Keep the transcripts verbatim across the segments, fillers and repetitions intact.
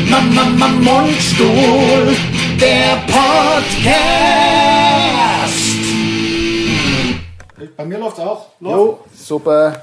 Mama Mundstuhl, der Podcast. Bei mir läuft's auch. Läuft. Jo, super.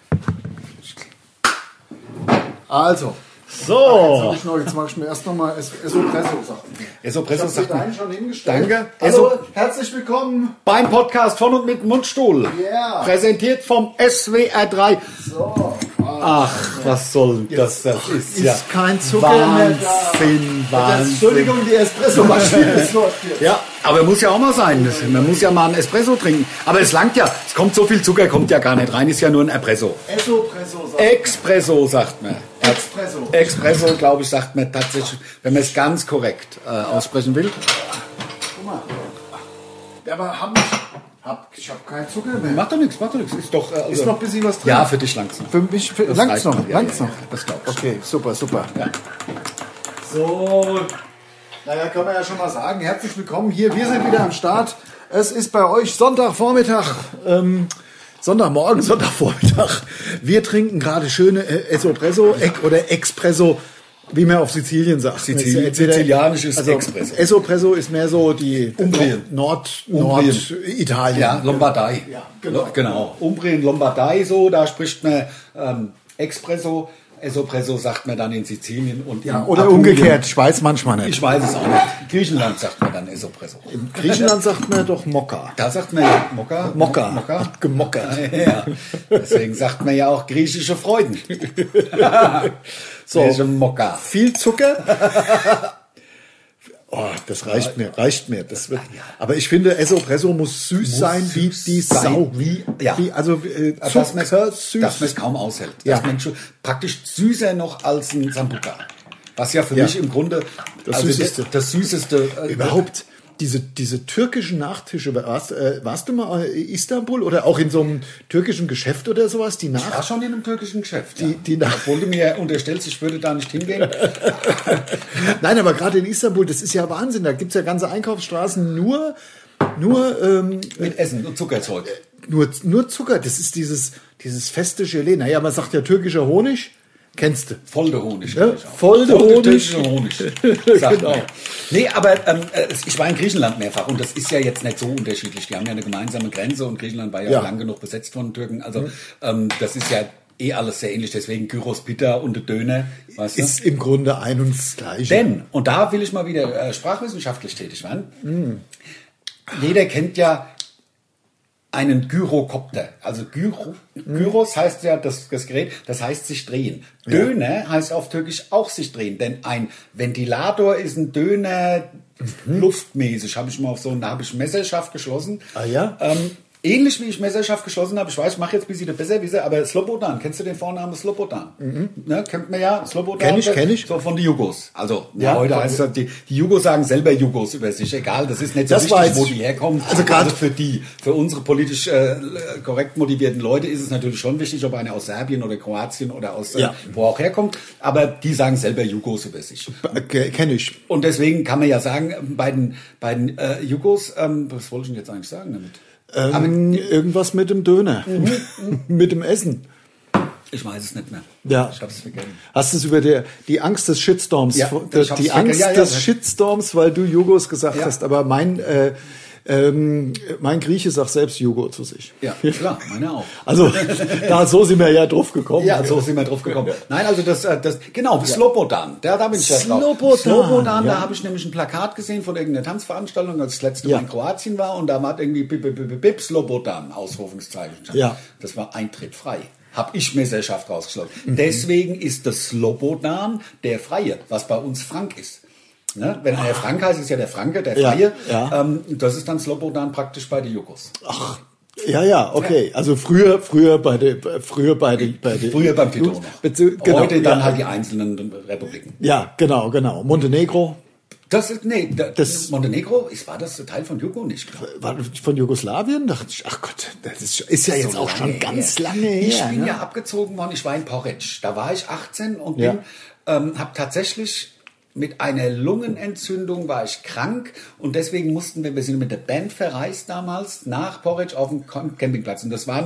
Also. So. Jetzt, noch, jetzt mache ich mir erst nochmal Espresso. Espresso sagt man. Schon hingestellt. Danke. Hallo, Eso herzlich willkommen beim Podcast von und mit Mundstuhl. Yeah. Präsentiert vom S W R drei. So. Ach, was soll das? Das ist, ist ja kein Zucker Wahnsinn, mehr da. Wahnsinn. Entschuldigung, die Espresso-Maschine ist läuft jetzt. Ja, aber muss ja auch mal sein. Das, man muss ja mal einen Espresso trinken. Aber es langt ja. Es kommt so viel Zucker, kommt ja gar nicht rein. Ist ja nur ein Espresso. Espresso sagt Espresso sagt man. Espresso. Espresso, glaube ich, sagt man tatsächlich, wenn man es ganz korrekt äh, aussprechen will. Guck mal. Ja, aber hab ich, hab, ich habe keinen Zucker mehr. Macht doch nichts, macht doch nichts. Ist doch. Äh, also, Ist noch ein bisschen was drin? Ja, für dich langt's noch. Für mich für, Das langt's reicht noch. noch. Ja, Langt's ja, noch. ja, das glaub ich. Okay, super, super. Ja. So. Naja, kann man ja schon mal sagen. Herzlich willkommen hier. Wir sind wieder am Start. Es ist bei euch Sonntagvormittag. Ähm, Sonntagmorgen, Sonntagvormittag. Wir trinken gerade schöne äh, Espresso oder Expresso, wie man auf Sizilien sagt. Sizilien, Entweder- Sizilianisches also, Espresso. Espresso ist mehr so die Umbrien. Nord, Umbrien. Norditalien. Ja, Lombardei. Ja, genau. genau. Umbrien, Lombardei, so, da spricht man ähm, Espresso. Espresso sagt man dann in Sizilien und Ja, in oder Apulien. umgekehrt, Schweiz manchmal nicht. Ich weiß es auch nicht. Griechenland sagt man dann Espresso. In Griechenland sagt man doch Mokka. Da sagt man ja Mokka. Mokka. Mokka. Gemockert. Ja, deswegen sagt man ja auch griechische Freuden. So. Welche Mokka. Viel Zucker. Oh, das reicht mir, reicht mir. Das wird, aber ich finde, Espresso muss süß Muss sein wie süß die sein. Sau. Wie- ja. wie, also äh, Dass Zucker man süß. dass man es kaum aushält. Ja. Dass man schon praktisch süßer noch als ein Sambuca. Was ja für Ja. mich im Grunde Das also Süßeste. Das, das Süßeste. Äh, Überhaupt diese, diese türkischen Nachtische. Warst, äh, warst du mal in Istanbul oder auch in so einem türkischen Geschäft oder sowas? Die Ich war Nach schon in einem türkischen Geschäft. Die- ja. die nach- Obwohl du mir unterstellst, ich würde da nicht hingehen. Nein, aber gerade in Istanbul, das ist ja Wahnsinn. Da gibt's ja ganze Einkaufsstraßen nur, nur, ähm, Mit Essen und Zuckerzeug. nur, nur Zucker. Das ist dieses, dieses feste Gelee. Naja, man sagt ja türkischer Honig. Kennst du? Voll der Honig. Ja, natürlich auch. voll der Honig. türkischer Honig. Sagt Genau. man. Nee, aber ähm, äh, ich war in Griechenland mehrfach und das ist ja jetzt nicht so unterschiedlich. Die haben ja eine gemeinsame Grenze und Griechenland war ja, Ja. lang genug besetzt von den Türken. Also ähm, das ist ja eh alles sehr ähnlich. Deswegen Gyros Pita und der Döner. Weißt du? Ist im Grunde ein und das Gleiche. Denn, und da will ich mal wieder äh, sprachwissenschaftlich tätig werden, Mm. jeder kennt ja einen Gyrokopter. Also Gyro, Gyros heißt ja das, das Gerät, das heißt sich drehen. Döner heißt auf Türkisch auch sich drehen, denn ein Ventilator ist ein Döner luftmäßig. Habe ich mal auf so eine, habe ich Messerschaft geschlossen. Ah ja? Ähm, ähnlich wie ich Messerschaft geschlossen habe, ich weiß, ich mache jetzt ein bisschen Besserwisser, aber Slobodan, kennst du den Vornamen Slobodan? Ne, kennt man ja, Slobodan. Kenn ich, kenn ich. So von die Jugos. Also, Ja, ja, heute von- heißt das, die, die Jugos sagen selber Jugos über sich, egal, das ist nicht so Das war wichtig, jetzt- wo die herkommen. also gerade- für die, für unsere politisch äh, korrekt motivierten Leute ist es natürlich schon wichtig, ob einer aus Serbien oder Kroatien oder aus, äh, Ja. wo auch herkommt, aber die sagen selber Jugos über sich. Kenne ich. Und deswegen kann man ja sagen, bei den, bei den äh, Jugos, ähm, was wollte ich denn jetzt eigentlich sagen damit? Ähm, irgendwas mit dem Döner. mit dem Essen. Ich weiß es nicht mehr. Ja. Ich hab's vergessen. Hast du es über der, die Angst des Shitstorms, Ja, die, ich hab's die vergessen. Angst Ja, ja, des ja. Shitstorms, weil du Jugos gesagt Ja. hast, aber mein, äh, ähm, mein Grieche sagt selbst Jugo zu sich. Ja, klar, meine auch. Also, da, so sind wir ja drauf gekommen. Ja, so sind wir drauf gekommen. Nein, also das, äh, das genau, Slobodan, da, da bin ich ja drauf. Slobodan, Slobodan, ja. da habe ich nämlich ein Plakat gesehen von irgendeiner Tanzveranstaltung, als ich das letzte Ja. Mal in Kroatien war und da war irgendwie bip, bip, bip, bip, Slobodan, Ausrufungszeichen. Ja. Das war Eintritt frei. Hab ich Messerschaft rausgeschlossen. Deswegen ist das Slobodan der Freie, was bei uns Frank ist. Ne? Wenn einer Frank heißt, ist ja der Franke, der Ja, Freie. ja. Ähm, das ist dann Slobodan praktisch bei den Jugos. Ach, ja, ja, okay. Also früher, früher bei der, früher bei der, bei der Früher beim Tito noch. Bezieh- Genau, Heute dann ja. halt die einzelnen Republiken. Ja, genau, genau. Montenegro Das ist, nee, da, Das- Montenegro, ist, war das Teil von Jugo nicht? war von Jugoslawien. Dachte ich, ach Gott, das ist, ist ja jetzt So auch schon lange ganz her. lange her. Ich bin ne? ja abgezogen worden, ich war in Porridge. Da war ich achtzehn und Ja. bin, ähm, habe tatsächlich mit einer Lungenentzündung war ich krank und deswegen mussten wir, wir sind mit der Band verreist damals nach Porridge auf dem Campingplatz und das war noch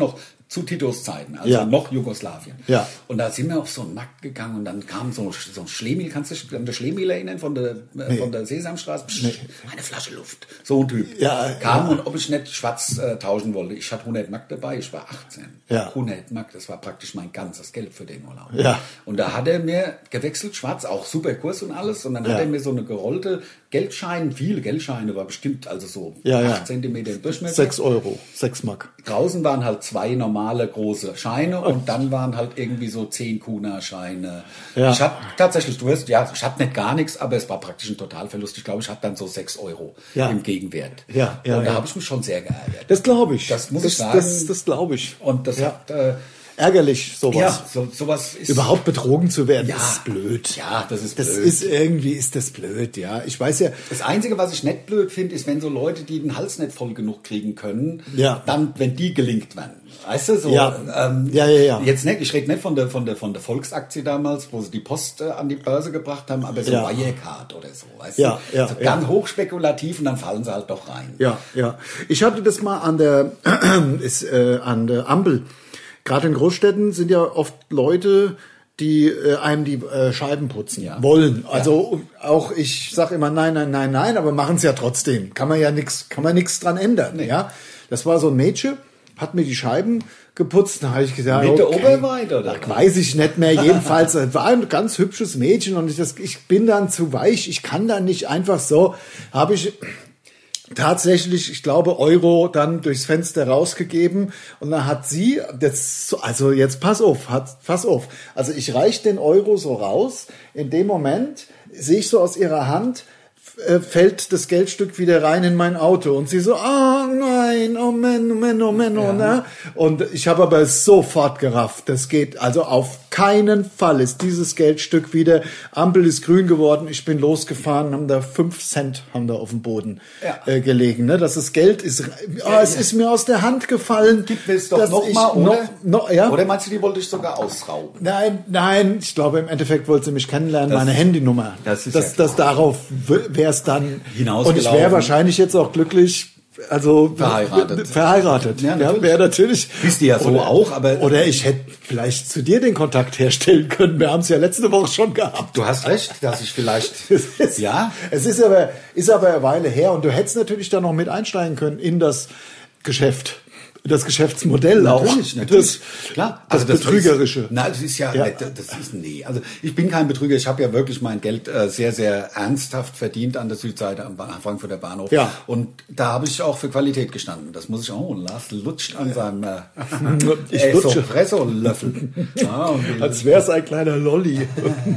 zu Titos Zeiten, also Ja. noch Jugoslawien. Ja. Und da sind wir auf so einen Markt gegangen und dann kam so, so ein Schlemiel, kannst du dich an der Schlemiel erinnern von der, äh, von der Sesamstraße? Psst, eine Flasche Luft. So ein Typ. Ja, kam ja. und ob ich nicht schwarz äh, tauschen wollte. Ich hatte hundert Mark dabei, ich war achtzehn. Ja. hundert Mark, das war praktisch mein ganzes Geld für den Urlaub. Ja. Und da hat er mir gewechselt, schwarz, auch super Kurs und alles. Und dann Ja. hat er mir so eine gerollte Geldscheine, viele Geldscheine, war bestimmt also so Ja, ja. acht Zentimeter im Durchmesser. Sechs Euro, sechs Mark. Draußen waren halt zwei normale große Scheine und dann waren halt irgendwie so zehn Kuna-Scheine. Ja. Ich hatte tatsächlich, du hast, ja, ich hatte nicht gar nichts, aber es war praktisch ein Totalverlust. Ich glaube, ich hatte dann so sechs Euro Ja. im Gegenwert. Ja, ja, und da ja. habe ich mich schon sehr geärgert. Das glaube ich. Das muss das, ich sagen. Das, das glaube ich. Und das Ja. hat, äh, Ärgerlich, sowas. ja, so, sowas ist... Überhaupt betrogen zu werden, Ja. ist blöd. Ja, das ist Das blöd. ist irgendwie, ist das blöd, ja. Ich weiß ja, Das Einzige, was ich nicht blöd finde, ist, wenn so Leute, die den Hals nicht voll genug kriegen können, Ja. dann, wenn die gelingt werden. Weißt du, so, Ja. ähm, Ja, ja, ja. Jetzt nicht, ich rede nicht von der, von der, von der Volksaktie damals, wo sie die Post äh, an die Börse gebracht haben, aber so Ja. Wirecard oder so, weißt Ja, du? ja, so ja. ganz hochspekulativ und dann fallen sie halt doch rein. ja, ja. Ich hatte das mal an der, ist, äh, an der Ampel. Gerade in Großstädten sind ja oft Leute, die äh, einem die äh, Scheiben putzen Ja. wollen. Also auch ich sage immer nein, nein, nein, nein, aber machen es ja trotzdem. Kann man ja nichts, kann man nichts dran ändern. Ja, das war so ein Mädchen, hat mir die Scheiben geputzt. Da habe ich gesagt, Mit der okay, Oberweite, oder? ach, weiß ich nicht mehr. Jedenfalls es war ein ganz hübsches Mädchen und ich, das, ich bin dann zu weich. Ich kann dann nicht einfach so. Habe ich tatsächlich, ich glaube, Euro dann durchs Fenster rausgegeben und dann hat sie, das, also jetzt pass auf, hat, pass auf, also ich reich den Euro so raus, in dem Moment sehe ich so aus ihrer Hand, äh, fällt das Geldstück wieder rein in mein Auto und sie so, ah nein, oh Mann, oh Mann, oh Mann, oh ne? Und ich habe aber sofort gerafft, das geht, also auf keinen Fall ist dieses Geldstück wieder, Ampel ist grün geworden, ich bin losgefahren, haben da fünf Cent haben da auf dem Boden Ja. äh, gelegen, ne? Dass das Geld ist, ah, es ist mir aus der Hand gefallen. Gib mir es doch dass noch ich mal, oder? Noch, noch, ja? Oder meinst du, die wollte ich sogar ausrauben? Nein, nein, ich glaube, im Endeffekt wollte sie mich kennenlernen, Das- meine Handynummer. das ist das, ja klar. das darauf wäre es dann. Hinausgelaufen. Und ich wäre wahrscheinlich jetzt auch glücklich, also Verheiratet. Verheiratet. Ja, Ja, natürlich. wäre natürlich. Bist du ja so oder, auch, aber- Oder ich hätte vielleicht zu dir den Kontakt herstellen können. Wir haben es ja letzte Woche schon gehabt. Du hast recht, dass ich vielleicht... Es ist, Ja? Es ist aber, ist aber eine Weile her und du hättest natürlich da noch mit einsteigen können in das Geschäft. Das Geschäftsmodell auch. Natürlich, natürlich. Das, Klar. das Betrügerische. Ist, na, das ist ja, Ja. nicht- das ist, nee. Also, ich bin kein Betrüger. Ich habe ja wirklich mein Geld äh, sehr, sehr ernsthaft verdient an der Südseite am Ba- Frankfurter Bahnhof. Ja. Und da habe ich auch für Qualität gestanden. Das muss ich auch. Und Lars lutscht an seinem äh, Ich lutsche. Espresso-Löffel. Ja, und die- Als wäre es ein kleiner Lolli.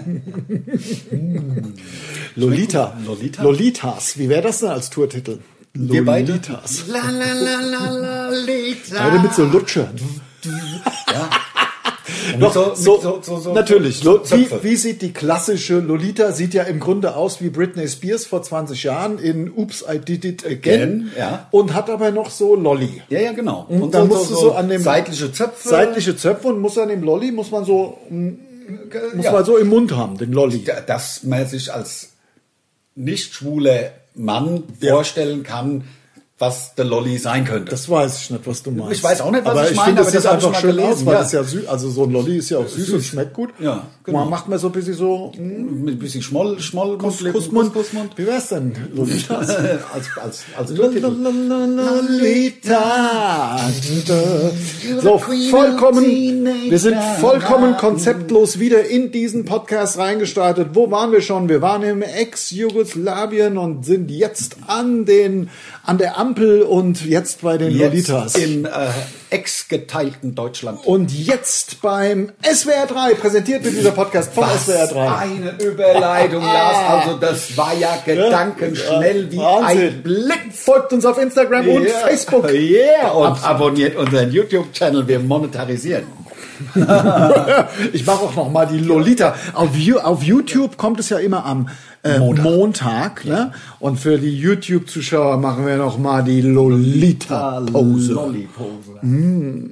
Lolita. Lolita? Lolitas. Wie wäre das denn als Tourtitel? wir beide. Lolitas. La, la, la, la, la, Lita. Beide mit so Lutschern. Ja. Und Doch, mit so, so, mit so, so, so, natürlich. So Lo- wie, Zöpfe. wie sieht die klassische Lolita? Sieht ja im Grunde aus wie Britney Spears vor zwanzig Jahren in Oops, I Did It Again. Again, ja. Und hat aber noch so Lolli. Ja, ja, genau. Und dann musst du so an dem seitliche Zöpfe. seitliche Zöpfe und muss an dem Lolli muss man so muss ja. man so im Mund haben, den Lolli. Da- dass man sich als nicht schwuler Mann Ja. vorstellen kann, was der Lolli sein könnte. Das weiß ich nicht, was du meinst. Ich weiß auch nicht, was aber ich ich meine, finde, aber das das sieht hab ich einfach mal schön gelesen, aus, weil ja. das ja süß, also so ein Lolli ist ja auch süß, Süß. und schmeckt gut. Ja, genau. Man macht mir so ein bisschen so mm, Mit ein bisschen Schmoll, Schmoll, Kuss, Lippen, Kussmund. Kuss, Kussmund. Wie wär's denn? Lolitas? als, als, als Tourtitel. Lolita. So, vollkommen, wir sind vollkommen konzeptlos wieder in diesen Podcast reingestartet. Wo waren wir schon? Wir waren im Ex-Jugoslawien und sind jetzt an den, an der Ampel und jetzt bei den Lolitas. Jetzt im äh, ex-geteilten Deutschland. Und jetzt beim S W R drei, präsentiert wird dieser Podcast vom S W R drei. eine Überleitung, Lars. Also das war ja gedankenschnell wie Wahnsinn. ein Blitz. Folgt uns auf Instagram und Yeah. Facebook. Yeah. Und abonniert unseren YouTube-Channel. Wir monetarisieren. Ich mache auch noch mal die Lolita. Auf, You- auf YouTube kommt es ja immer am, äh, äh, Montag. Montag ne? Und für die YouTube-Zuschauer machen wir noch mal die Lolita-Pose. Lolli-Pose. Mm.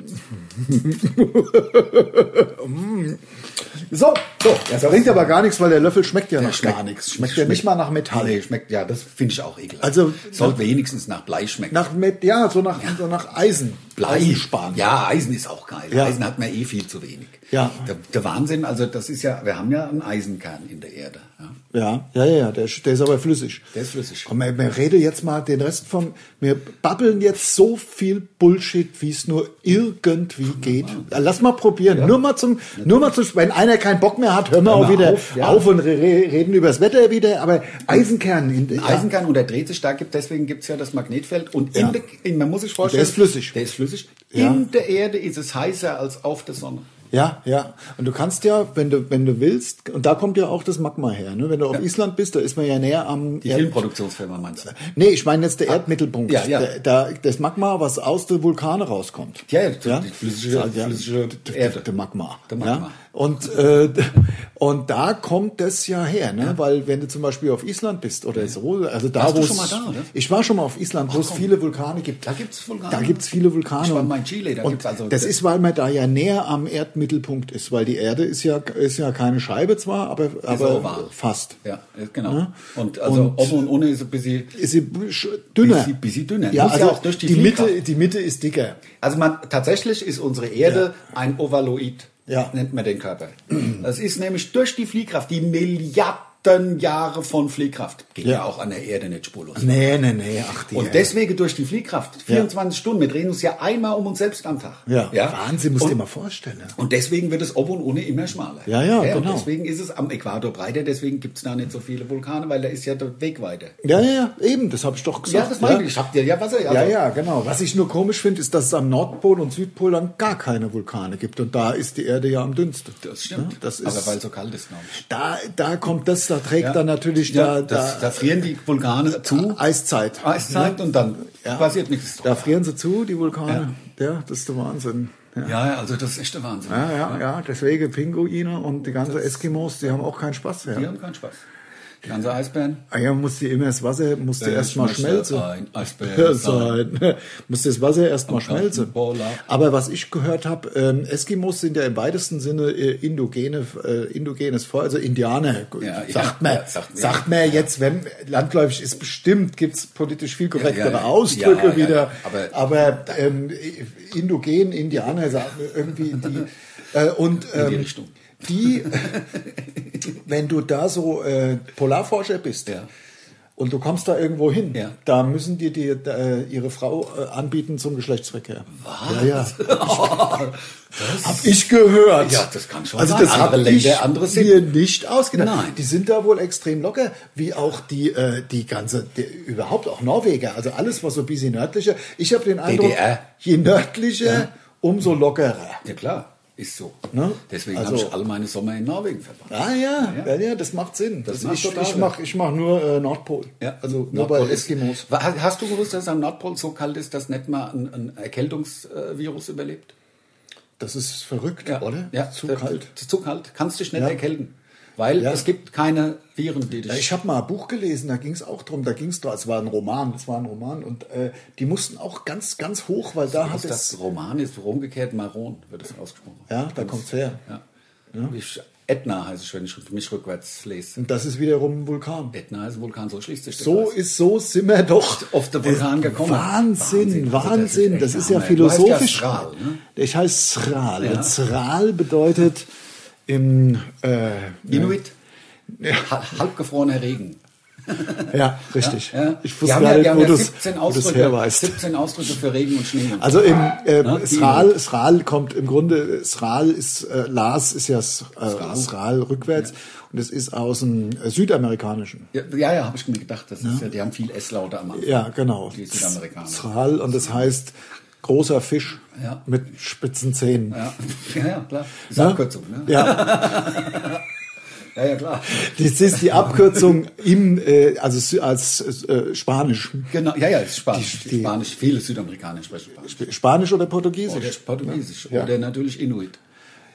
So, so, das bringt aber gar nichts, weil der Löffel schmeckt ja Der nach schmeckt- gar nichts. Schmeckt ja nicht mal nach Metall. Nee, schmeckt, ja, das finde ich auch ekelhaft. Also- Sollte wenigstens nach Blei schmecken. Nach Met, ja, so nach, so nach Eisen. Blei. Eisensparen. Ja, Eisen ist auch geil. Ja. Eisen hat man eh viel zu wenig. Ja. Der, der Wahnsinn, also das ist ja, wir haben ja einen Eisenkern in der Erde. Ja. Ja, ja, ja, der, ist- der ist aber flüssig. Der ist flüssig. Komm, wir, wir reden jetzt mal den Rest vom, wir babbeln jetzt so viel Bullshit, wie es nur irgendwie geht. Lass mal probieren. Nur mal zum, nur mal zum, wenn einer keinen Bock mehr hat, hören wir Hör auch mal wieder auf, ja. auf und re reden über das Wetter wieder, aber Eisenkern. In, Ein Eisenkern und der dreht sich stark, gibt, deswegen gibt es ja das Magnetfeld. Und Ja. in der, in, man muss sich vorstellen, Der ist flüssig. Der ist flüssig. Ja. In der Erde ist es heißer als auf der Sonne. Ja, ja. Und du kannst ja, wenn du, wenn du willst, und da kommt ja auch das Magma her, ne? Wenn du auf Island bist, da ist man ja näher am Die Erd- Filmproduktionsfirma meinst du? Nee, ich meine jetzt der Erdmittelpunkt. Ja, ja. Der, da, das Magma, was aus den Vulkane rauskommt. Ja, ja, die flüssige- flüssige Erde. Der Magma. Der Magma. Ja? Und, äh, und da kommt das ja her, ne? Weil wenn du zum Beispiel auf Island bist oder so, also da, Warst wo du es- schon mal da, oder? Ich war schon mal auf Island, wo es komm. viele Vulkane gibt. Da gibt's Vulkane? Da gibt's viele Vulkane. Ich war Und- mal in Chile, da und gibt's also- Das ist, weil man da ja näher am Erdmittelpunkt ist, weil die Erde ist ja, ist ja keine Scheibe zwar, aber, aber oval. fast. Ja, genau. Ja. Und also Und- oben und unten ist ein bisschen, Ist sie sch- dünner. Bisschen- bisschen dünner. Ja, Muss ja also auch durch die die Mitte, Fliehkraft. die Mitte ist dicker. also man, tatsächlich ist unsere Erde ein Ovaloid, Ja. nennt man den Körper. Das ist nämlich durch die Fliehkraft, die Milliarden Jahre von Fliehkraft, geht ja. Ja. auch an der Erde nicht spurlos. Nee, nee, nee, ach die. Und deswegen durch die Fliehkraft, vierundzwanzig Stunden, wir drehen uns ja einmal um uns selbst am Tag. ja, Wahnsinn, musst du und, dir mal vorstellen. Ja. und deswegen wird es ob und ohne immer schmaler. Ja, ja, Und genau. deswegen ist es am Äquator breiter, deswegen gibt es da nicht so viele Vulkane, weil da ist ja der Weg weiter. Ja, ja, ja, eben, das habe ich doch gesagt. Ja, das meine ich. Ich hab dir ja Wasser. Also, Ja, ja, genau. Was ich nur komisch finde, ist, dass es am Nordpol und Südpol dann gar keine Vulkane gibt. Und da ist die Erde ja am dünnsten. Das stimmt. Ja, das ist, aber weil es so kalt ist, glaube ich. da, da kommt das, da trägt Ja. dann natürlich Ja, da, das, da, da frieren die Vulkane zu. Eiszeit. Eiszeit und dann Ja. passiert nichts. Da frieren sie zu, die Vulkane. Ja, das ist der Wahnsinn. Ja. Ja, ja, also das ist echt der Wahnsinn. Ja, ja, ja, deswegen Pinguine und die ganzen Eskimos, die haben auch keinen Spaß mehr. Die haben keinen Spaß. Die ganze Eisbären. Ah ja, muss die immer das Wasser, muss die Äh, erstmal schmeckt schmelzen. ein Eisbär sein. Muss das Wasser erstmal schmelzen. Polar. Aber was ich gehört habe, ähm, Eskimos sind ja im weitesten Sinne äh, indogene, äh, indogenes Volk, also Indianer, Ja, sagt ja, man. ja, sagt- sagt man jetzt, wenn landläufig ist bestimmt, gibt's politisch viel korrektere Ja, ja, ja. Ausdrücke Ja, ja, wieder. ja. Aber- Aber ähm, indogen Indianer sagen irgendwie die äh, und In die ähm, Richtung. die, wenn du da so äh, Polarforscher bist Ja. und du kommst da irgendwo hin, Ja. da müssen die dir äh, ihre Frau äh, anbieten zum Geschlechtsverkehr. Was? Ja, ja. Hab ich gehört. Ja, das kann schon Also sein. das Andere habe Länder, ich andere sind- mir nicht ausgedacht. Nein. Die sind da wohl extrem locker, wie auch die äh, die ganze, die, überhaupt auch Norweger. Also alles, was so ein bisschen nördlicher. Ich habe den Eindruck, D D R. je nördlicher, umso lockerer. Ja klar, ist so. Ne? Deswegen Also- habe ich alle meine Sommer in Norwegen verbracht. Ah ja, ja, Ja. ja, das macht Sinn. Das Das macht ich total ich Sinn. mache ich mach nur äh, Nordpol. Ja. Also nur Nordpol bei ist- Eskimos. Wa- Hast du gewusst, dass am Nordpol so kalt ist, dass nicht mal ein, ein Erkältungsvirus überlebt? Das ist verrückt, oder? Ja, Zu das- kalt. das ist zu kalt. Kannst dich nicht Ja. erkälten. Weil Ja. es gibt keine Viren, die dich... Ja, ich habe mal ein Buch gelesen, da ging es auch drum, da ging es, es war ein Roman, es war ein Roman und äh, die mussten auch ganz, ganz hoch, weil da hat das, es, das Roman ist umgekehrt Maron, wird es ausgesprochen. ja, da kommt's her. Ja. Ich, Ätna heißt es, wenn ich mich rückwärts lese. Und das ist wiederum ein Vulkan. Ätna ist ein Vulkan, so schließt sich der So Kreis. ist, so sind wir doch Auf den Vulkan gekommen. Wahnsinn, Wahnsinn. Also das Wahnsinn. ist Das echt ist ja Hammer. Du heißt ja philosophisch. Sral, ne? Ich heiße Sral. Ja. Und Sral bedeutet im äh, Inuit, ha- halbgefrorener Regen. ja, richtig. Ja. Ich Die wusste haben gar ja, die nicht, haben wo ja du es siebzehn wo du's Ausdrücke, herweist. siebzehn Ausdrücke für Regen und Schnee. Also im äh, Ja, die Sral, Sral kommt im Grunde, Sral ist, äh, Lars ist ja S- äh, Sral. Sral rückwärts und es ist aus dem äh, Südamerikanischen. Ja, ja, ja habe ich mir gedacht. Das ist ja, die haben viel S-Laute am Anfang. Ja, genau. Die Südamerikaner. Sral und das heißt großer Fisch Ja. mit spitzen Zähnen. Ja, ja, ja klar. Das ist Ja? Abkürzung, ne? Ja, Ja, ja, klar. das ist die Abkürzung im, äh, also Sü- als äh, Spanisch. Genau, ja, ja, ist Spanisch. Die- die- Spanisch, viele Südamerikaner sprechen Spanisch. Spanisch oder Portugiesisch? Oder Portugiesisch. Ja. Oder natürlich Inuit.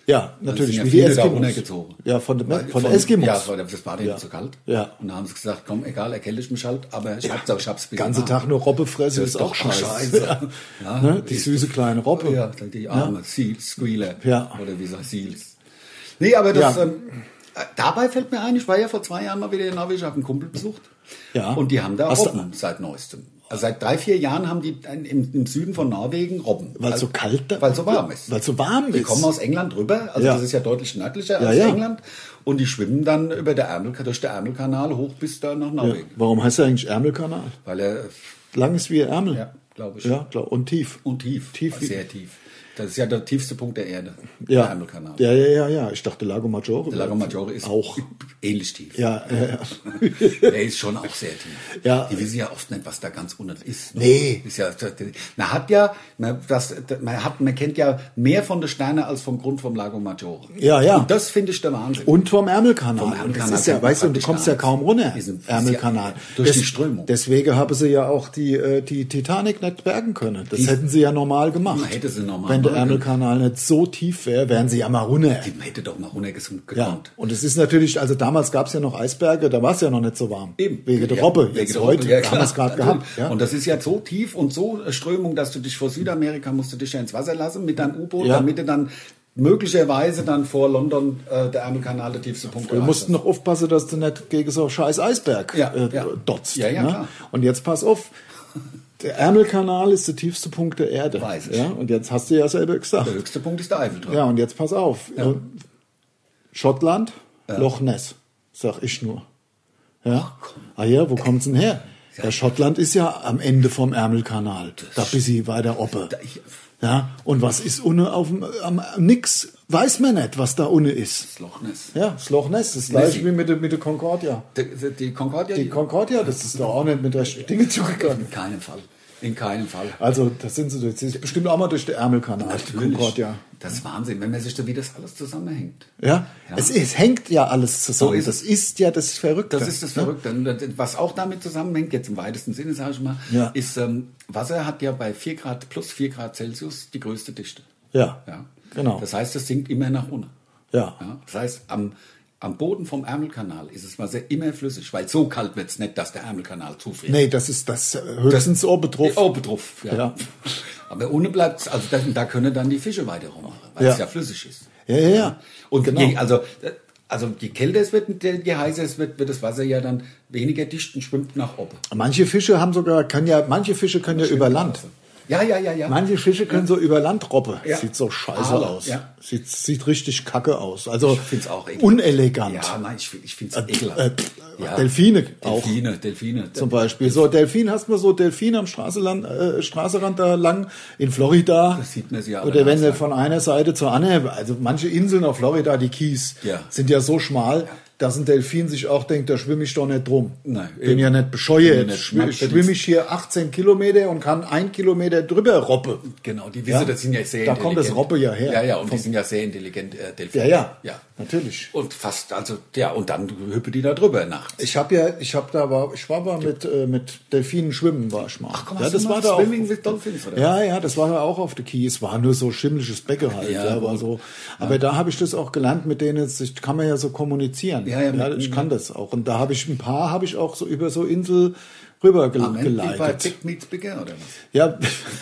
Ja, Dann natürlich. sind ja Wie die viele da Eskimos. runtergezogen. Ja, von, den- Weil- von, den Eskimos. Ja, weil das war denen Ja. zu kalt. Ja. Und dann haben sie gesagt, komm, egal, erkälte ich mich halt, aber ich hab's, ich hab's Den ganzen Tag nur Robbe fressen Das ist ist auch doch scheiße. scheiße. Ja. Ja, Ne? Die ist süße kleine Robbe. Ja, die arme Seals, Squealer. Ja. Oder wie sagt Seals. Nee, aber das, Ja. ähm, äh, dabei fällt mir ein, ich war ja vor zwei Jahren mal wieder in Norwegen, ich habe einen Kumpel besucht. Ja. Und die haben da Hast du- Robben seit neuestem. Also seit drei, vier Jahren haben die im, im Süden von Norwegen Robben. Weil es so kalt da Weil es so warm ist. Weil es so warm Die ist. kommen aus England rüber, also Ja. das ist ja deutlich nördlicher Ja, als ja. England. Und die schwimmen dann über der Ärmel, durch den Ärmelkanal hoch bis da nach Ja. Norwegen. Warum heißt er eigentlich Ärmelkanal? Weil er, Lang ist wie Ärmel. ja, glaube ich. Ja, klar. Und tief. Und tief. Tief wie- Sehr tief. Das ist ja der tiefste Punkt der Erde. Ja. Der Ärmelkanal. ja, ja, ja, ja. Ich dachte Lago Maggiore. Der Lago Maggiore ist auch. ähnlich tief. Ja, ja, ja. Der ist schon auch sehr tief. Ja. Die wissen ja oft nicht, was da ganz unten ist. Nee. Ist ja, man hat ja, man, das, man hat, man kennt ja mehr von den Sternen als vom Grund vom Lago Maggiore. Ja, ja. Und das finde ich der Wahnsinn. Und vom Ärmelkanal. Vom Ärmelkanal Das ist ja, kennt man weißt du, du praktisch kommst gar ja kaum runter. Ist ein- ist Ärmelkanal. ja durch die Strömung. Deswegen haben sie ja auch die, äh, die Titanic nicht bergen können. Das Die- hätten sie ja normal gemacht. Man hätte sie normal Wenn der machen können. Ärmelkanal nicht so tief wäre, wären sie ja mal runter. Die hätte doch mal runtergekommen. Ja, und es ist natürlich, also damals gab es ja noch Eisberge, da war es ja noch nicht so warm. Eben. Wegen der Ja, Robbe. wegen Jetzt der heute, Robbe, ja, haben wir es klar, gerade gehabt. natürlich. Ja? Und das ist ja so tief und so eine Strömung, dass du dich vor Südamerika musst du dich ja ins Wasser lassen mit deinem U-Boot, Ja. damit du dann möglicherweise dann vor London äh, der Ärmelkanal der tiefste Punkt Wir erreicht mussten hast. noch aufpassen, dass du nicht gegen so einen scheiß Eisberg Ja, äh, ja. dotzt. Ja, ja, ne? klar. Und jetzt pass auf, der Ärmelkanal ist der tiefste Punkt der Erde. Weiß ich. Ja? Und jetzt hast du ja selber gesagt. Der höchste Punkt ist der Eiffelturm. Ja, und jetzt pass auf. Äh, Schottland, Loch Ness, sag ich nur. Ja? Ah ja, wo kommt's denn her? Ja, Schottland ist ja am Ende vom Ärmelkanal. Da bis sie weiter oppe. Da- ich- Ja, und was ist unten auf dem, am, nix, weiß man nicht, was da unten ist. Das Loch Ness. Ja, das Loch Ness, das gleiche Nessie. wie mit der, mit der Concordia. Die, die, die Concordia? Die Concordia, das ist doch auch nicht mit rechten Dingen zugegangen. In keinem Fall. In keinem Fall. Also, das sind sie, das ist bestimmt auch mal durch den Ärmelkanal, die Concordia. Das ist Wahnsinn, wenn man sich so, wie das alles zusammenhängt. Ja, Ja. Es, es hängt ja alles zusammen. So ist das ist ja das Verrückte. Das ist das Verrückte. Und das- was auch damit zusammenhängt, jetzt im weitesten Sinne, sage ich mal, Ja. ist, ähm, Wasser hat ja bei vier Grad, plus vier Grad Celsius die größte Dichte. Ja, Ja. genau. Das heißt, es sinkt immer nach unten. Ja. Ja. Das heißt, am, am Boden vom Ärmelkanal ist das Wasser immer flüssig, weil so kalt wird es nicht, dass der Ärmelkanal zufriert. Nee, das ist das äh, höchstens oben drauf. Oh, betroffen. Ja. Ja. Aber ohne bleibt also da, da können dann die Fische weiter rummachen, weil Ja. es ja flüssig ist. Ja, ja, ja. Und Genau. je, also, also je kälter es wird, je heißer es wird, wird das Wasser ja dann weniger dicht und schwimmt nach oben. Manche Fische haben sogar, können ja, manche Fische können ja über Land. Ja, ja, ja, ja. Manche Fische können so über Land robben. Ja. Sieht so scheiße Aale, aus. ja. Sieht, sieht richtig kacke aus. Also Ich find's auch ekelhaft. unelegant. Ja, nein, ich, ich finde Äh, es ekelhaft. äh, ja. Delfine auch. Delfine, Delfine. Zum Beispiel. So, Delfin, hast du mal so Delfin am Straßenland, äh, Straßenrand da lang in Florida? Das sieht man sie alle Oder wenn nachts du von einer Seite zur anderen, also manche Inseln auf Florida, die Keys, Ja. sind ja so schmal, dass ein Delfin sich auch denkt, da schwimme ich doch nicht drum. Nein, Bin eben. ja nicht bescheuert. Bin nicht Schwimme schmatt- schwimm ich hier achtzehn Kilometer und kann ein Kilometer drüber robben. Genau, die wissen, Ja. das sind ja sehr Da intelligent. kommt das Robbe ja her. Ja, ja, und Vom- die sind ja sehr intelligent, äh, Delfine. Ja, ja, ja. natürlich. Und fast, also, ja, und dann hüppen die da drüber nachts. Ich habe ja, ich habe da war, ich war mal mit äh, mit Delfinen schwimmen, war ich mal. Ach komm, ja, hast das du war mal da auch. Swimming with Dolphins, oder? Ja, ja, das war ja auch auf der Keys. War nur so schimmliges Becken halt. Ja, Ja, aber gut. so. Aber da habe ich das auch gelernt, mit denen jetzt, ich kann man ja so kommunizieren. Ja, ja, mit- ich kann das auch. Und da habe ich ein paar, habe ich auch so über so Insel rüber gel Am Ende wie bei geleitet. Big Meets Bigger, oder was? Ja,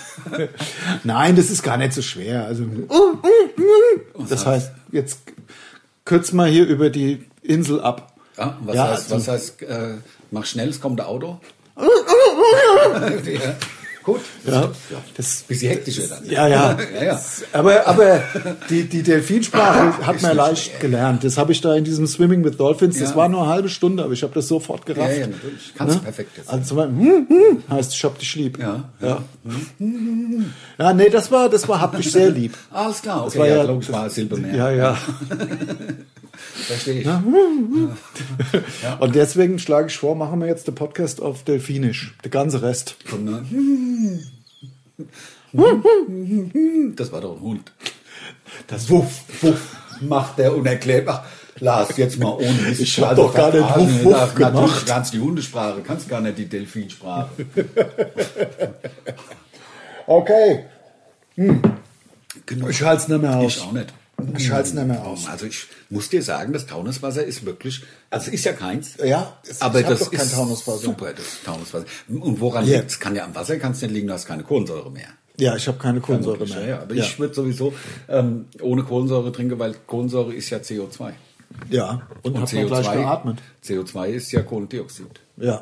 nein, das ist gar nicht so schwer. Also, das heißt, jetzt kürzen wir hier über die Insel ab. Ja, was Ja, heißt, also- was heißt äh, mach schnell, es kommt der Auto? ja. Gut. Ja, das, Bisschen hektischer dann. ja, ja. ja, ja. Aber, aber die, die Delfinsprache hat ist man nicht leicht schwer. gelernt. Das habe ich da in diesem Swimming with Dolphins, das Ja. war nur eine halbe Stunde, aber ich habe das sofort gerafft. Ja, ja, natürlich. Kannst du perfekt jetzt. Also zum Beispiel, hm, hm, heißt, ich hab dich lieb. Ja, ja. Ja, nee, das war, das war, hab dich sehr lieb. Alles klar, okay, war ja, ja- logisch war Silbermeer. Ja, ja. Verstehe ich. Und deswegen schlage ich vor, machen wir jetzt den Podcast auf Delfinisch. Der ganze Rest. Komm, ne? Das war doch ein Hund. Das Wuff, wuff, macht der unerklärbar. Lars, jetzt mal ohne Mist. Ich hab doch gar nicht verarschen. Wuff, Wuff Lars, Natürlich gemacht. kannst du die Hundesprache, kannst gar nicht die Delfinsprache. Okay. Genug. Ich halte es nicht mehr aus. Ich auch nicht. Ich halte es nicht mehr aus. Also ich muss dir sagen, das Taunuswasser ist wirklich, also ist ja keins. Ja, es- aber ich hab das doch kein ist Taunuswasser. super, das Taunuswasser. Und woran Ja. liegt es? Kann ja am Wasser, kann es nicht liegen, du hast keine Kohlensäure mehr. Ja, ich habe keine Kohlensäure Ja, mehr. ja, aber ich würde sowieso ähm, ohne Kohlensäure trinken, weil Kohlensäure ist ja C O zwei. Ja, und, Und hab noch gleich geatmet. C O zwei ist ja Kohlendioxid. Ja.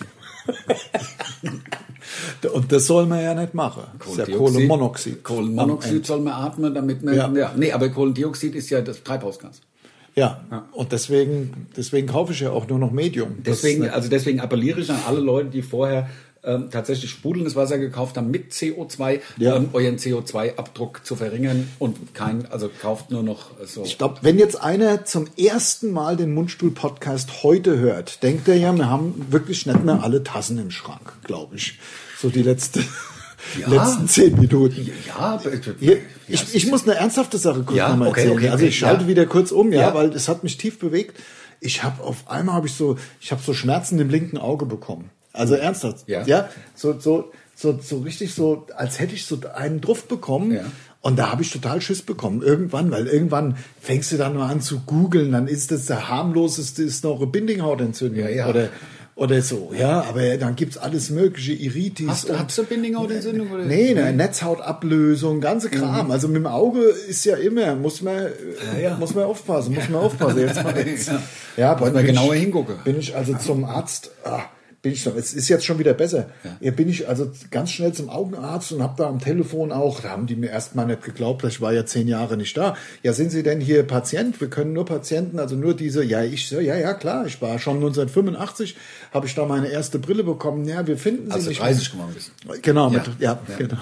Und das soll man ja nicht machen. Das ist ja Kohlenmonoxid. Kohlenmonoxid soll man atmen, damit man. Ja. Ja. Nee, aber Kohlendioxid ist ja das Treibhausgas. Ja, und deswegen, deswegen kaufe ich ja auch nur noch Medium. Das Deswegen, ist also deswegen appelliere ich an alle Leute, die vorher ähm, tatsächlich sprudelndes Wasser gekauft haben mit C O zwei, Ja. ähm, euren C O zwei Abdruck zu verringern und kein, also kauft nur noch so. Ich glaube, wenn jetzt einer zum ersten Mal den Mundstuhl-Podcast heute hört, denkt er ja, wir haben wirklich nicht mehr alle Tassen im Schrank, glaube ich. So die letzte, Ja. letzten zehn Minuten. Ja, aber- Hier, ich, ich muss eine ernsthafte Sache kurz Ja, nochmal okay, erzählen. okay, also ich okay, schalte ja. wieder kurz um, ja, Ja. weil es hat mich tief bewegt. Ich habe auf einmal habe ich so, ich habe so Schmerzen im linken Auge bekommen. Also ernsthaft, Ja. ja, so so so so richtig so, als hätte ich so einen Druff bekommen. Ja. Und da habe ich total Schiss bekommen. Irgendwann, weil irgendwann fängst du dann nur an zu googeln, dann ist das der harmloseste, ist noch eine Bindinghautentzündung. Ja, ja. Oder, oder so, ja. Aber dann gibt's alles mögliche, Iritis. Hast, und- hast du Bindinghautentzündung? Oder? Nee, ne, Netzhautablösung, ganze Kram. Also mit dem Auge ist ja immer, muss man, äh, ja. muss man aufpassen, muss man aufpassen. Jetzt mal jetzt. Ja. Ja, Muss man bin genauer ich, hingucken. Bin ich also zum Arzt, ah, bin ich, es ist jetzt schon wieder besser. Ja. Bin ich also ganz schnell zum Augenarzt und habe da am Telefon auch, da haben die mir erst mal nicht geglaubt, ich war ja zehn Jahre nicht da. Ja, sind Sie denn hier Patient? Wir können nur Patienten, also nur diese, ja, ich so, ja, ja, klar, ich war schon neunzehnhundertfünfundachtzig, habe ich da meine erste Brille bekommen. Ja, wir finden Sie Als du nicht. dreißig geworden bist. Genau, Ja. mit, ja, Ja. genau.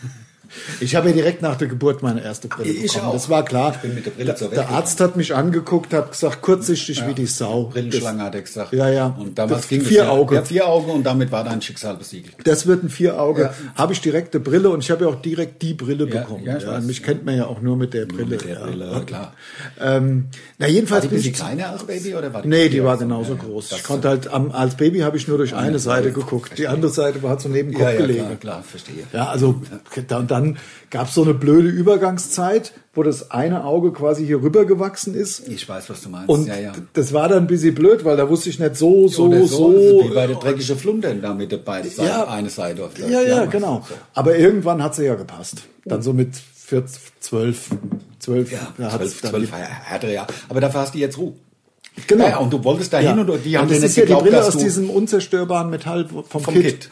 Ich habe ja direkt nach der Geburt meine erste Brille Ich bekommen. auch. Das war klar. Ich bin mit der Brille der, zur Welt der Arzt hat mich angeguckt, hat gesagt, kurzsichtig wie die Sau. Brillenschlange hat er gesagt. Ja, ja. Und damals Das ging es vier ja, Auge. Ja, vier Augen und damit war dein Schicksal besiegelt. Das, das wird ein Vierauge. Ja. Habe ich direkt eine Brille und ich habe ja auch direkt die Brille Ja, bekommen. ja, ich weiß. mich kennt man ja auch nur mit der Brille. Mit der ja. Brille, klar. Ähm, na War jedenfalls die ein bin bisschen ich kleiner als Baby oder war die Nee, die größer? war genauso Ja, ja. groß. Das- Ich konnte halt am, als Baby habe ich nur durch eine Seite geguckt. Die andere Seite war so neben dem Kopf ja, ja, gelegen. klar, klar, verstehe. Ja, also da, und dann gab es so eine blöde Übergangszeit, wo das eine Auge quasi hier rüber gewachsen ist. Ich weiß, was du meinst. Und ja, ja. das war dann ein bisschen blöd, weil da wusste ich nicht so, so, Oder so. Wie bei der dreckigen Flundern da mit der beiden Seiten, Ja. eine Seite auf der Ja, ja, weißt du, genau. so. Aber irgendwann hat sie ja gepasst. Dann so mit vierzehn, zwölf, zwölf. Ja, da hat's zwölf, dann zwölf härtere, ja. Aber dafür hast du jetzt Ruhe. Genau. Ja, ja, und du wolltest da hin Ja. und die haben und dir das nicht ist ja die geglaubt, Brille dass aus du diesem unzerstörbaren Metall vom, vom Kit. Kit.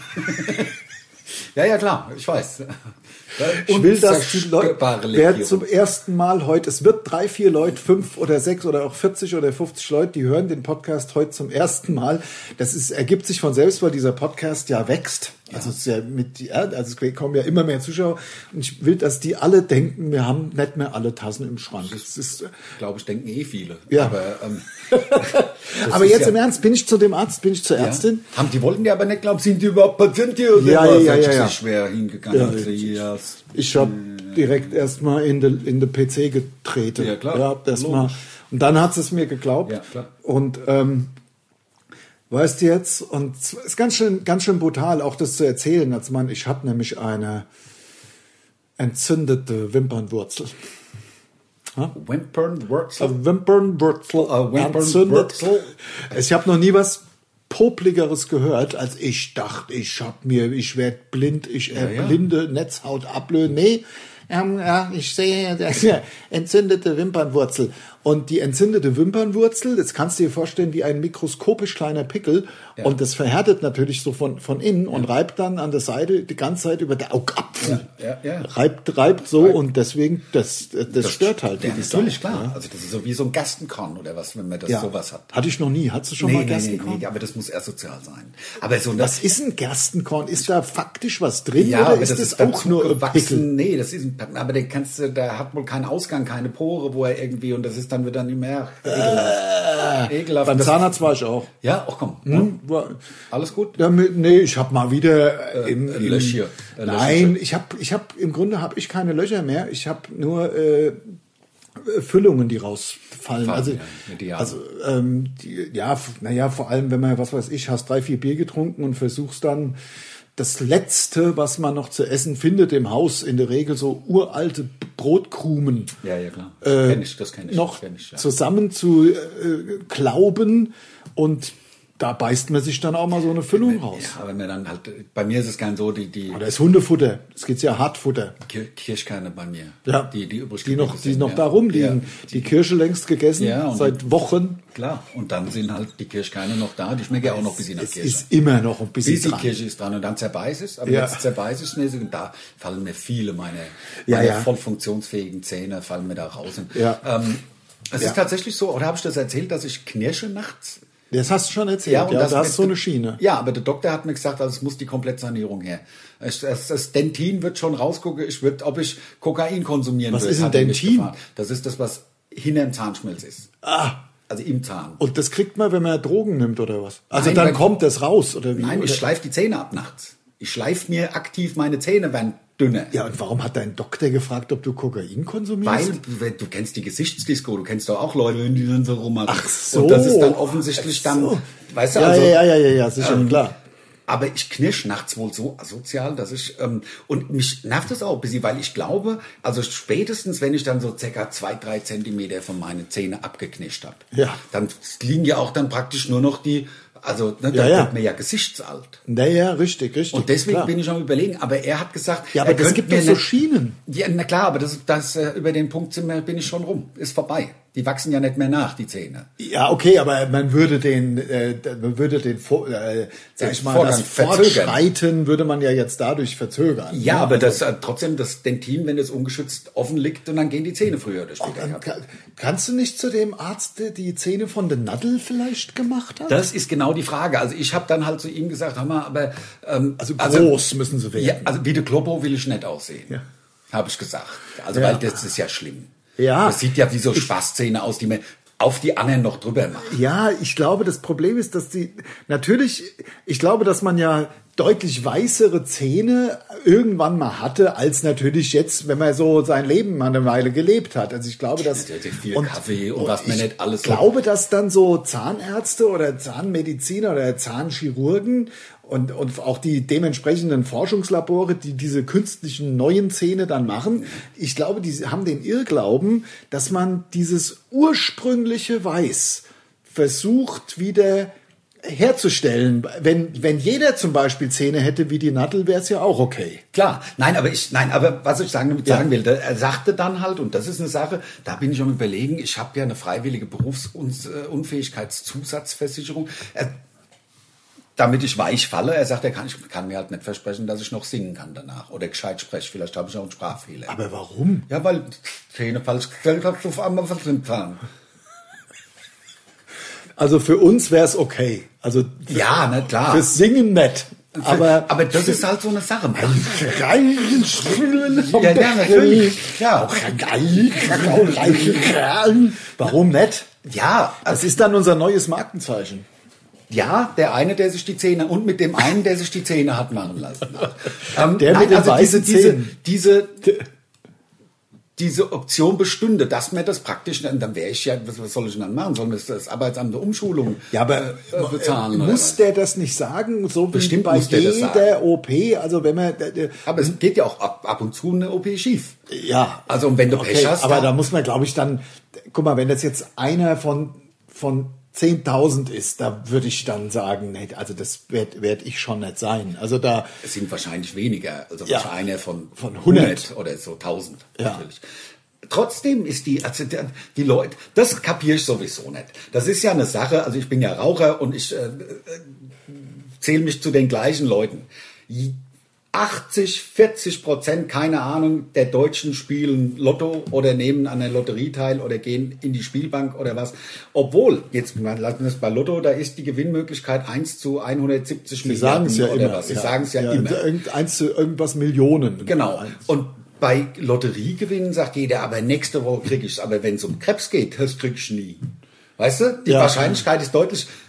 Ja, ja, klar, ich weiß. Ich will, dass die Leute, Unzerstörbare wer Legierung. zum ersten Mal heute, es wird drei, vier Leute, fünf oder sechs oder auch vierzig oder fünfzig Leute, die hören den Podcast heute zum ersten Mal. Das ist, ergibt sich von selbst, weil dieser Podcast ja wächst. Also es ist ja mit, ja, also es kommen ja immer mehr Zuschauer. Und ich will, dass die alle denken, wir haben nicht mehr alle Tassen im Schrank. Das ist, glaube ich, denken eh viele. Ja. Aber, ähm, aber ist jetzt ja- im Ernst, bin ich zu dem Arzt, bin ich zur Ärztin? Ja. Haben die wollten die aber nicht glauben, sind die überhaupt Patient hier oder Ja, was? ja, Ist ja, das ja. schwer hingegangen. Ja, Also, ich- ja, Ich habe direkt erstmal in den in de P C getreten. Ja, klar. Ja, das Logisch. mal. Und dann hat es mir geglaubt. Ja, klar. Und ähm, weißt du jetzt, und es ist ganz schön, ganz schön brutal, auch das zu erzählen, als man, ich habe nämlich eine entzündete Wimpernwurzel. Wimpernwurzel. Eine Wimpernwurzel. A Wimpernwurzel. entzündet. Ich habe noch nie was Popligeres gehört, als ich dachte, ich hab mir, ich werde blind, ich Ja, ja. erblinde, Netzhaut ablösen. Nee, ähm, ja, ich sehe das ja, entzündete Wimpernwurzel. Und die entzündete Wimpernwurzel, das kannst du dir vorstellen wie ein mikroskopisch kleiner Pickel. Ja. Und das verhärtet natürlich so von, von innen und reibt dann an der Seite die ganze Zeit über der Augapfel. Ja, ja, ja. Reibt, reibt so und deswegen, das, das, das stört halt. Ja, wie die natürlich, Sau, klar. ja. Also das ist so wie so ein Gerstenkorn oder was, wenn man das Ja. sowas hat. Hatte ich noch nie. Hattest du schon mal Gerstenkorn? nee, aber das muss asozial sein. Aber so Was ist ein Gerstenkorn? Ist da faktisch was drin ja, oder aber ist das das, ist auch nur ein Pickel? gewachsen. Nee, das ist ein, aber der kannst du, der hat wohl keinen Ausgang, keine Pore, wo er irgendwie, und das ist dann wieder nicht mehr ekelhaft. ekelhaft. Beim Das- Zahnarzt war ich auch. Ja, ach komm. Hm, war, Alles gut? damit, nee, ich habe mal wieder äh, im, äh, im, Löcher. Äh, Nein, Löcher. ich habe, ich habe im Grunde habe ich keine Löcher mehr. Ich habe nur äh, Füllungen, die rausfallen. Fallen, also, ja, medial. also ähm, die, ja, naja, vor allem, wenn man, was weiß ich, hast drei, vier Bier getrunken und versuchst dann das Letzte, was man noch zu essen findet im Haus, in der Regel so uralte Brotkrumen. Ja, ja, klar. Äh, kenn ich, das kenne ich. noch kenn ich, ja. zusammen zu äh, klauben und da beißt man sich dann auch mal so eine Füllung raus. Ja, aber mir dann halt, bei mir ist es gern so, die, die Oder ist Hundefutter, es gibt ja Hartfutter. Kir- Kirschkerne bei mir. Ja, Die, die übrig die noch, geblieben die sind, noch ja. da rumliegen. Ja. Die Kirsche längst gegessen, Ja, und seit Wochen. Klar, und dann sind halt die Kirschkerne noch da, die schmecken ja auch noch ein bisschen nach Es Kirsche. ist immer noch ein bisschen Bisschen dran. Kirsche ist dran und dann zerbeiß es, aber Ja. jetzt zerbeiß es mäßig und da fallen mir viele meine, Ja, meine ja. voll funktionsfähigen Zähne fallen mir da raus. Und, Ja. ähm, es Ja. ist tatsächlich so, oder habe ich das erzählt, dass ich knirsche nachts? Das hast du schon erzählt, ja, und da das hast mit- so eine Schiene. Ja, aber der Doktor hat mir gesagt, also es muss die Komplettsanierung her. Es- Das, das Dentin wird schon rausgucken, ich würd, ob ich Kokain konsumieren Was würde. ist ein hat er mich Dentin? gefragt. Das ist das, was hinter dem Zahnschmelz ist. Ah, Also im Zahn. und das kriegt man, wenn man Drogen nimmt oder was? Also Nein, dann wenn- kommt das raus oder wie? Nein, oder? ich schleife die Zähne ab nachts. Ich schleife mir aktiv meine Zähne, werden dünner. Ja, und warum hat dein Doktor gefragt, ob du Kokain konsumierst? Weil du kennst die Gesichtsdisco, du kennst doch auch Leute, die dann so rummachen. Ach so. Und das ist dann offensichtlich Ach so. dann, weißt du, ja, also. ja, ja, ja, ja, sicher, ähm, klar. Aber ich knirsch nachts wohl so asozial, dass ich, ähm, und mich nervt das auch ein bisschen, weil ich glaube, also spätestens, wenn ich dann so circa zwei, drei Zentimeter von meinen Zähnen abgeknirscht habe, Ja. dann liegen ja auch dann praktisch nur noch die, also, ne, Ja, da ja. wird mir ja gesichtsalt. Naja, richtig, richtig. Und deswegen klar. bin ich am Überlegen, aber er hat gesagt, Ja, er aber es könnte gibt mir doch so nicht- Schienen. Ja, na klar, aber das, das, äh, über den Punkt sind wir, bin ich schon rum. Ist vorbei. Die wachsen ja nicht mehr nach, die Zähne. Ja, okay, aber man würde den, äh, man würde den, Vor- äh, sag Den ich mal, Vorgang das verzögern. Fortschreiten würde man ja jetzt dadurch verzögern. Ja, ne? aber das äh, trotzdem das Dentin, wenn es ungeschützt offen liegt, und dann gehen die Zähne früher oder später Dann kaputt. kann, kannst du nicht zu dem Arzt, der die Zähne von der Nadel vielleicht gemacht hat? Das ist genau die Frage. Also ich habe dann halt zu ihm gesagt, hör mal, aber ähm, Also groß müssen sie werden. Ja, also wie der Kloppo will ich nicht aussehen, Ja. habe ich gesagt. Also Ja. weil das ist ja schlimm. Ja. Das sieht ja wie so Spaßzähne aus, die man auf die anderen noch drüber macht. Ja, ich glaube, das Problem ist, dass die, natürlich, ich glaube, dass man ja deutlich weißere Zähne irgendwann mal hatte, als natürlich jetzt, wenn man so sein Leben mal eine Weile gelebt hat. Also ich glaube, dass... Ja, viel Kaffee und was man ich nicht alles so- glaube, dass dann so Zahnärzte oder Zahnmediziner oder Zahnchirurgen und, und auch die dementsprechenden Forschungslabore, die diese künstlichen neuen Zähne dann machen, ich glaube, die haben den Irrglauben, dass man dieses ursprüngliche Weiß versucht wieder herzustellen. Wenn, wenn jeder zum Beispiel Zähne hätte wie die Nadel, wäre es ja auch okay. Klar, nein, aber ich, nein, aber was ich sagen, Ja. sagen will, da- er sagte dann halt, und das ist eine Sache, da bin ich am Überlegen, ich habe ja eine freiwillige Berufsunfähigkeitszusatzversicherung, er, damit ich weich falle. Er sagt, er kann, ich kann mir halt nicht versprechen, dass ich noch singen kann danach oder gescheit spreche. Vielleicht habe ich auch einen Sprachfehler. Aber warum? ja, weil Zähne falsch gestellt hat, auf einmal verstimmt haben. Also für uns wäre es okay. Also für, Ja, na klar. fürs Singen nett. Aber, aber das ist halt so eine Sache. Geigen spielen. Ja, ja, natürlich. Ja. Geigen. Warum nicht? Ja, Das ist dann unser neues Markenzeichen. Ja, der eine, der sich die Zähne und mit dem einen, der sich die Zähne hat machen lassen. ähm, Der mit den weißen diese, Zähnen. diese, diese, diese Option bestünde, dass mir das praktisch, dann wäre ich ja, was, was soll ich denn dann machen? Sollen wir das, das Arbeitsamt der Umschulung Ja, aber äh, bezahlen? oder muss was? der das nicht sagen? So wie Bestimmt bei muss der das jeder sagen. O P. Also wenn man... der- der- Aber es geht ja auch ab, ab und zu eine O P schief. Ja. Also und wenn du Okay, Pech hast, aber dann- da muss man, glaube ich, dann... Guck mal, wenn das jetzt einer von, von zehntausend ist, da würde ich dann sagen, nee, also das werde werd ich schon nicht sein. Also da... es sind wahrscheinlich weniger, also Ja. wahrscheinlich einer von, Von hundert. hundert oder so tausend. Ja. Natürlich. Trotzdem ist die, also der- die Leute, das kapiere ich sowieso nicht. Das ist ja eine Sache, also ich bin ja Raucher und ich äh, äh, zähle mich zu den gleichen Leuten. achtzig, vierzig Prozent, keine Ahnung, der Deutschen spielen Lotto oder nehmen an der Lotterie teil oder gehen in die Spielbank oder was. Obwohl, jetzt lassen wir es bei Lotto, da ist die Gewinnmöglichkeit eins zu hundertsiebzig Sie sagen Milliarden es ja oder immer. was. Sie sagen es ja, immer. Irgend, eins zu irgendwas Millionen. Genau. Eins. Und bei Lotteriegewinnen sagt jeder, aber nächste Woche krieg ich's. Aber wenn es um Krebs geht, das krieg ich nie. Weißt du? Die Ja. Wahrscheinlichkeit ist deutlich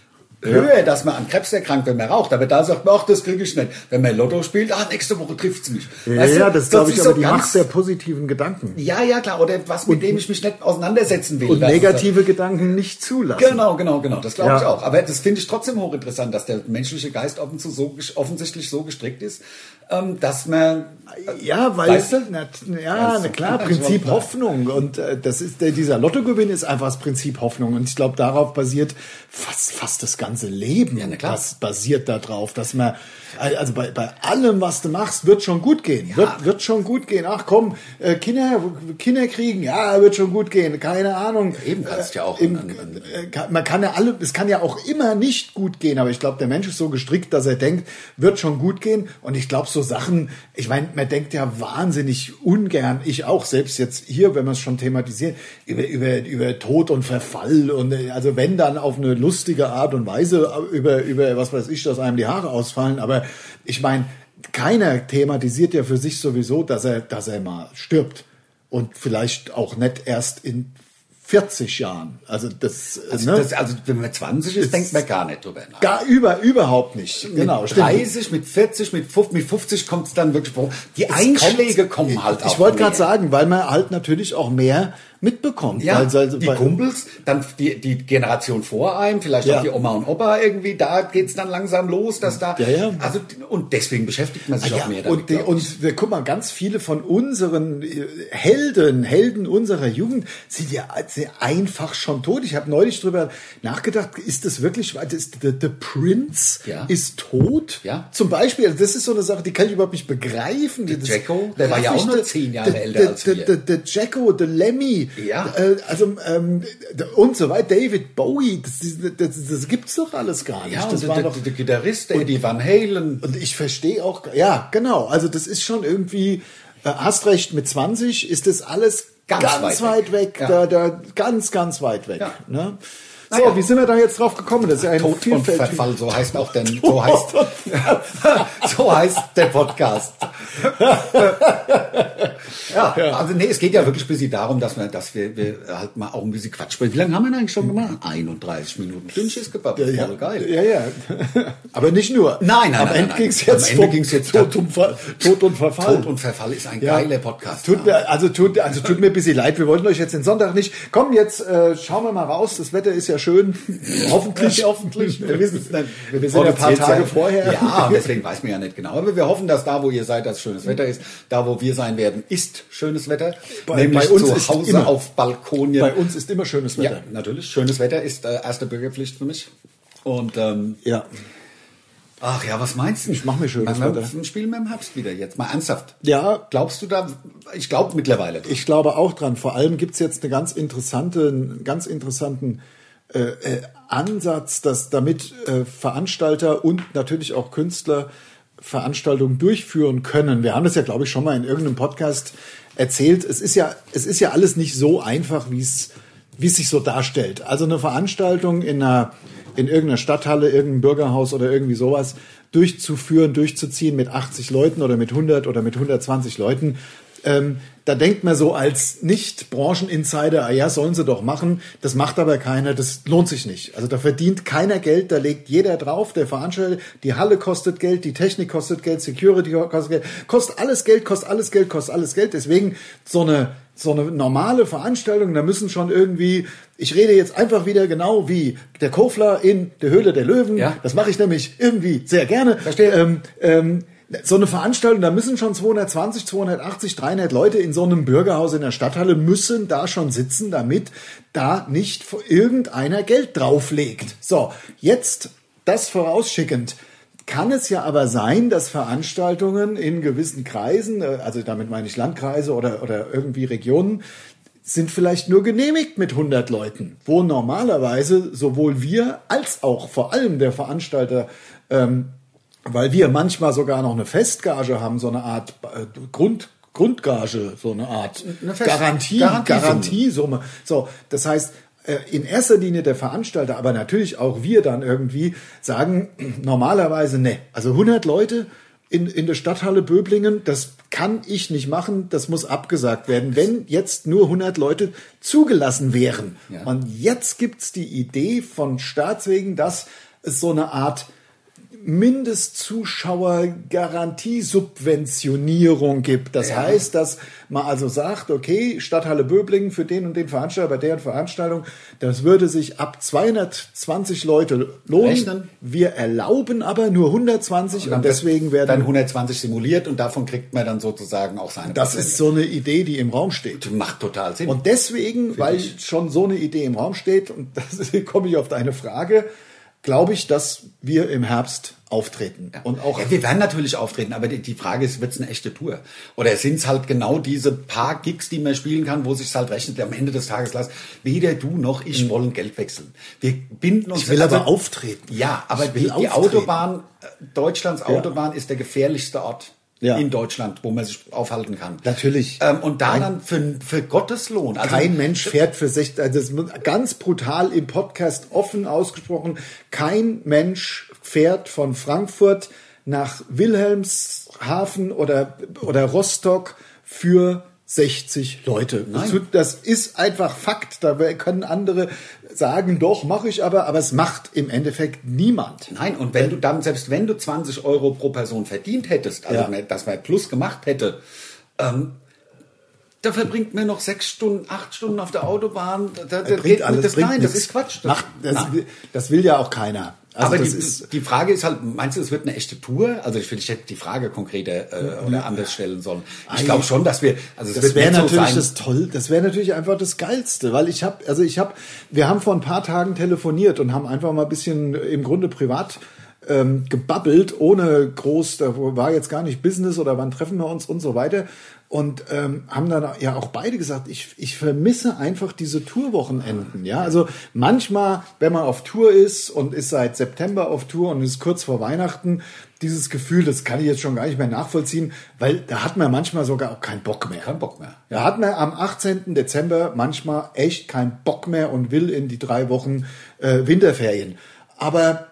höher, dass man an Krebs erkrankt, wenn man raucht. Aber da sagt man, ach, das kriege ich nicht. Wenn man Lotto spielt, ah, nächste Woche trifft's mich. Ja, weißt ja, du, das glaube ich aber so die ganz, Macht der positiven Gedanken. Ja, ja, klar. Oder was, mit und, dem ich mich nicht auseinandersetzen will. Und negative Gedanken nicht zulassen. Genau, genau, genau. Das glaube ja. ich auch. Aber das finde ich trotzdem hochinteressant, dass der menschliche Geist so, offensichtlich so gestrickt ist, dass man... Ja, weil... Weißt du? na, ja, na klar, Prinzip Hoffnung. Und äh, das ist der, dieser Lottogewinn ist einfach das Prinzip Hoffnung. Und ich glaube, darauf basiert fast, fast das ganze Leben. Ja, na klar. Das basiert darauf, dass man... Also bei, bei allem, was du machst, wird schon gut gehen. Ja. Wird, wird schon gut gehen. Ach komm, äh, Kinder, Kinder kriegen, ja, wird schon gut gehen. Keine Ahnung. Eben kannst du ja auch... Im, An, an, äh, kann, man kann ja alle, es kann ja auch immer nicht gut gehen, aber ich glaube, der Mensch ist so gestrickt, dass er denkt, wird schon gut gehen. Und ich glaube, so Sachen, ich meine, man denkt ja wahnsinnig ungern, ich auch, selbst jetzt hier, wenn wir es schon thematisieren, über, über, über Tod und Verfall und also wenn dann auf eine lustige Art und Weise über, über was weiß ich, dass einem die Haare ausfallen, aber ich meine, keiner thematisiert ja für sich sowieso, dass er, dass er mal stirbt und vielleicht auch nicht erst in vierzig Jahren. Also das, also, ne? das also wenn man zwanzig ist, denkt man gar nicht drüber nach. Gar über, überhaupt nicht. Genau. Mit dreißig, mit vierzig, mit fünfzig, mit fünfzig kommt es dann wirklich vor. Die Es Einschläge kommt, kommen halt ich, auch. Ich wollte mehr. gerade sagen, weil man halt natürlich auch mehr mitbekommt. Ja, weil, also, die weil, Kumpels, dann die, die Generation vor einem, vielleicht Ja. auch die Oma und Opa irgendwie, da geht's dann langsam los, dass da, Ja, ja. also, und deswegen beschäftigt man sich Ah, auch ja, mehr damit. und, die, glaub ich. und wir, guck mal, ganz viele von unseren äh, Helden, Helden unserer Jugend sind ja sind einfach schon tot. Ich habe neulich drüber nachgedacht, ist das wirklich, ist the, the Prince Ja. ist tot? Ja. Zum Beispiel, also das ist so eine Sache, die kann ich überhaupt nicht begreifen. Der Das- Jacko, der war ja auch nur zehn Jahre der, älter der, als der, wir. Der, der Jacko, der Lemmy, Ja. äh, also ähm, und so weiter, David Bowie, das, das, das, das gibt's doch alles gar nicht. ja, und das der, war der, doch, der Gitarrist, der Eddie Van Halen. und ich verstehe auch, ja, genau, also das ist schon irgendwie, äh, hast recht, mit zwanzig ist das alles Ganz ganz, weit weit weg, weg. Ja. da, da, ganz, ganz weit weg. Ja. Ne? So, Naja. wie sind wir da jetzt drauf gekommen? Das ist ja ein Tod und vielfältig- Verfall, so heißt auch der, so heißt, so heißt der Podcast. ja, also nee, es geht ja wirklich ein bisschen darum, dass wir, dass wir, wir halt mal auch ein bisschen Quatsch sprechen. Wie lange haben wir denn eigentlich schon gemacht? einunddreißig Minuten. Dünnschiss gebabbelt, Ja, voll geil. ja, ja. Aber nicht nur. Nein, nein, Am nein, Ende nein, ging's nein. jetzt Am Ende vom ging's jetzt Tod und, Ver Tod und Verfall. Tod und Verfall ist ein Ja. geiler Podcast. Tut mir, also tut, also tut mir ein bisschen leid. Wir wollten euch jetzt den Sonntag nicht. Komm, jetzt äh, schauen wir mal raus. Das Wetter ist ja schön. Hoffentlich, hoffentlich. Wir wissen es nicht. Wir sind ja ein paar Produziert's Tage ja. vorher. Ja, deswegen weiß man ja nicht genau. Aber wir hoffen, dass da, wo ihr seid, das schönes Wetter ist. Da, wo wir sein werden, ist schönes Wetter. Bei- Nämlich bei uns zu ist Hause immer- auf Balkonien. Bei uns ist immer schönes Wetter. Ja, natürlich. Schönes Wetter ist äh, erste Bürgerpflicht für mich. Und ähm, Ja. ach ja, was meinst du? Ich mach mir schönes wir, Wetter. wir spielen wir im Herbst wieder jetzt. Mal ernsthaft. Ja. Glaubst du da? Ich glaube mittlerweile. Ich glaube auch dran. Vor allem gibt's jetzt eine ganz interessante, einen ganz interessanten äh, äh, Ansatz, dass damit äh, Veranstalter und natürlich auch Künstler Veranstaltungen durchführen können. Wir haben das ja, glaube ich, schon mal in irgendeinem Podcast erzählt. Es ist ja, es ist ja alles nicht so einfach, wie es, wie es sich so darstellt. Also eine Veranstaltung in einer, in irgendeiner Stadthalle, irgendeinem Bürgerhaus oder irgendwie sowas durchzuführen, durchzuziehen mit achtzig Leuten oder mit hundert oder mit hundertzwanzig Leuten. Ähm, da denkt man so als Nicht-Branchen-Insider, ah ja, sollen sie doch machen. Das macht aber keiner, das lohnt sich nicht. Also da verdient keiner Geld, da legt jeder drauf, der Veranstalter, die Halle kostet Geld, die Technik kostet Geld, Security kostet Geld, kostet alles Geld, kostet alles Geld, kostet alles Geld. Deswegen so eine, so eine normale Veranstaltung, da müssen schon irgendwie, ich rede jetzt einfach wieder genau wie der Kofler in der Höhle der Löwen. Ja. Das mache ich nämlich irgendwie sehr gerne. Verstehe. Ähm, ähm, so eine Veranstaltung, da müssen schon zweihundertzwanzig, zweihundertachtzig, dreihundert Leute in so einem Bürgerhaus in der Stadthalle müssen da schon sitzen, damit da nicht irgendeiner Geld drauflegt. So, jetzt das vorausschickend. Kann es ja aber sein, dass Veranstaltungen in gewissen Kreisen, also damit meine ich Landkreise oder, oder irgendwie Regionen, sind vielleicht nur genehmigt mit hundert Leuten, wo normalerweise sowohl wir als auch vor allem der Veranstalter, ähm, weil wir manchmal sogar noch eine Festgage haben, so eine Art äh, Grund, Grundgage, so eine Art Eine Fest- Garantie, Garantiesumme. Garantiesumme. So, das heißt, äh, in erster Linie der Veranstalter, aber natürlich auch wir dann irgendwie sagen, normalerweise ne. Also hundert Leute in, in der Stadthalle Böblingen, das kann ich nicht machen, das muss abgesagt werden, wenn jetzt nur hundert Leute zugelassen wären. Ja. Und jetzt gibt's die Idee von Staatswegen, dass es so eine Art Mindestzuschauer-Garantiesubventionierung gibt. Das Ja. heißt, dass man also sagt, okay, Stadthalle Böblingen für den und den Veranstalter bei deren Veranstaltung, das würde sich ab zweihundertzwanzig Leute lohnen. Rechnen. Wir erlauben aber nur hundertzwanzig und, deswegen werden... dann hundertzwanzig simuliert und davon kriegt man dann sozusagen auch seine Das Prozente. ist so eine Idee, die im Raum steht. Macht total Sinn. Und deswegen, weil ich. schon so eine Idee im Raum steht, und das komme ich auf deine Frage, glaube ich, dass wir im Herbst auftreten. Und auch ja, wir werden natürlich auftreten, aber die, die Frage ist, wird es eine echte Tour? Oder sind es halt genau diese paar Gigs, die man spielen kann, wo sich halt rechnet, am Ende des Tages lass, weder du noch ich wollen Geld wechseln. Wir binden uns... ich will also, aber auftreten. Ja, aber Ich will die, die auftreten. Autobahn, äh, Deutschlands Autobahn ist der gefährlichste Ort Ja. in Deutschland, wo man sich aufhalten kann. Natürlich. Ähm, und da Nein. dann für, für Gottes Lohn. Also, Kein Mensch fährt für sechzig, also das wird ganz brutal im Podcast offen ausgesprochen, kein Mensch fährt von Frankfurt nach Wilhelmshaven oder, oder Rostock für sechzig Leute. Das, tut- das ist einfach Fakt. Da können andere sagen, doch, mache ich aber, aber es macht im Endeffekt niemand. Nein, und wenn du dann, selbst wenn du zwanzig Euro pro Person verdient hättest, also Ja. mehr- dass man Plus gemacht hätte, ähm, da verbringt man noch sechs Stunden, acht Stunden auf der Autobahn. Da, da Bringt geht alles, das, bringt nein, das nichts. ist Quatsch. Das, Macht, das, nein. will, das will ja auch keiner. Also Aber das die, ist, die Frage ist halt, meinst du, es wird eine echte Tour? Also ich, ich hätte die Frage konkreter äh, oder anders stellen sollen. Ich glaube schon, dass wir, also es das wird wäre nicht so natürlich sein. das toll, das wäre natürlich einfach das Geilste, weil ich habe, also ich habe, wir haben vor ein paar Tagen telefoniert und haben einfach mal ein bisschen im Grunde privat ähm, gebabbelt, ohne groß, da war jetzt gar nicht Business oder wann treffen wir uns und so weiter. Und ähm, haben dann ja auch beide gesagt, ich, ich vermisse einfach diese Tourwochenenden. Ja, also manchmal, wenn man auf Tour ist und ist seit September auf Tour und ist kurz vor Weihnachten, dieses Gefühl, das kann ich jetzt schon gar nicht mehr nachvollziehen, weil da hat man manchmal sogar auch keinen Bock mehr. Kein Bock mehr. Da hat man am achtzehnten Dezember manchmal echt keinen Bock mehr und will in die drei Wochen äh, Winterferien. Aber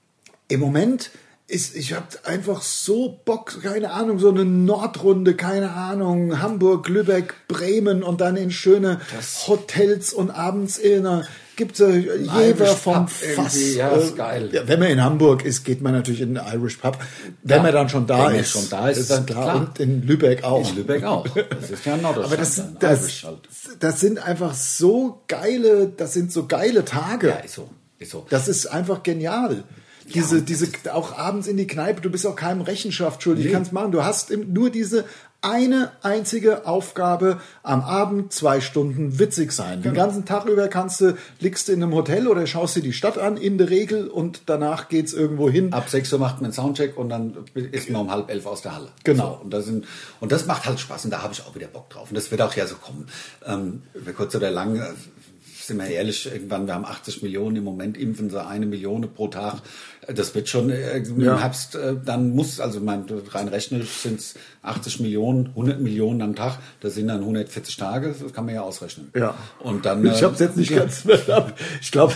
im Moment ist, ich habe einfach so Bock, keine Ahnung, so eine Nordrunde, keine Ahnung, Hamburg, Lübeck, Bremen und dann in schöne Hotels und abends in einer gibt's äh, Jever Irish vom Pub Fass. irgendwie, ja, ist Äh, geil. Ja, wenn man in Hamburg ist, geht man natürlich in den Irish Pub. Wenn Ja, man dann schon da wenn man ist. schon da ist, ist dann klar. klar. Und in Lübeck auch. In Lübeck auch. Das ist ja ein Norddeutschland. Aber das, ein das, Irish halt. das sind einfach so geile, das sind so geile Tage. Ja, ist so. Ist so. Das ist einfach genial. Diese, diese, auch abends in die Kneipe, du bist auch keinem Rechenschaft schuldig, Nee. kannst machen. Du hast im- nur diese eine einzige Aufgabe, am Abend zwei Stunden witzig sein. Den ganzen Tag über kannst du, liegst du in einem Hotel oder schaust dir die Stadt an, in der Regel, und danach geht's irgendwo hin. Ab sechs Uhr macht man einen Soundcheck und dann ist man um halb elf aus der Halle. Genau. So, und, das sind, und das macht halt Spaß und da habe ich auch wieder Bock drauf. Und das wird auch ja so kommen. Ähm, über kurz oder lang, äh, sind wir ehrlich, irgendwann, wir haben achtzig Millionen, im Moment impfen sie eine Million pro Tag. Das wird schon äh, im Ja. Herbst, äh, dann muss, also mein, rein rechnerisch sind es achtzig Millionen, hundert Millionen am Tag. Das sind dann hundertvierzig Tage, das kann man ja ausrechnen. Ja. Und dann, Ich äh, habe es jetzt nicht ganz verstanden. Ich glaube,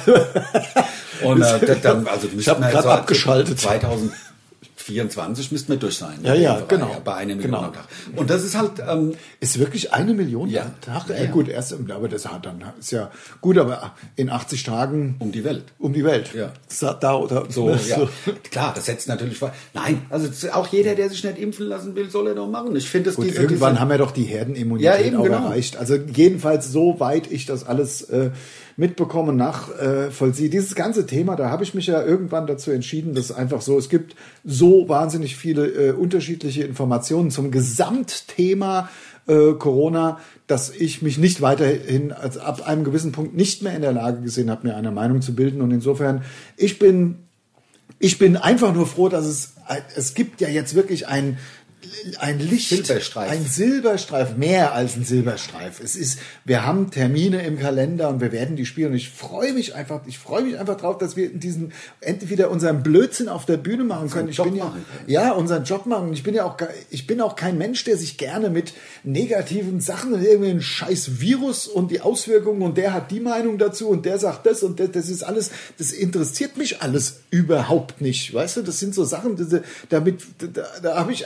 Und äh, dann, also Ich hab grad abgeschaltet. zweitausendvierundzwanzig müssten wir durch sein. Ja, In dem ja, Bereich, genau. ja, bei einer Million Genau. am Tag. Und das ist halt, ähm, ist wirklich eine Million Ja. am Tag? Ja, Ja, ja. gut, erst, aber das hat dann, ist ja gut, aber in achtzig Tagen um die Welt. um die Welt. Ja. Da, da oder So, ja. Klar, das setzt natürlich vor. Nein, also z- auch jeder, der sich nicht impfen lassen will, soll er doch machen. Ich finde, dass Gut, diese, irgendwann diese, haben wir doch die Herdenimmunität Ja, eben, auch genau. erreicht. Also jedenfalls, soweit ich das alles äh, mitbekomme, nachvollziehe. Dieses ganze Thema, da habe ich mich ja irgendwann dazu entschieden, dass einfach so, es gibt so wahnsinnig viele äh, unterschiedliche Informationen zum Gesamtthema äh, Corona, dass ich mich nicht weiterhin, also ab einem gewissen Punkt nicht mehr in der Lage gesehen habe, mir eine Meinung zu bilden. Und insofern, ich bin Ich bin einfach nur froh, dass es, es gibt ja jetzt wirklich ein, ein Licht, Silberstreif. ein Silberstreif, mehr als ein Silberstreif. Es ist, wir haben Termine im Kalender und wir werden die spielen. Und ich freue mich einfach, ich freue mich einfach drauf, dass wir diesen endlich wieder unseren Blödsinn auf der Bühne machen können. Ich Job bin ja, machen können. ja, unseren Job machen. Ich bin ja auch, ich bin auch kein Mensch, der sich gerne mit negativen Sachen und irgendwie ein scheiß Virus und die Auswirkungen und der hat die Meinung dazu und der sagt das und das, das ist alles, das interessiert mich alles überhaupt nicht. Weißt du, das sind so Sachen, diese, damit, da, da habe ich einfach überhaupt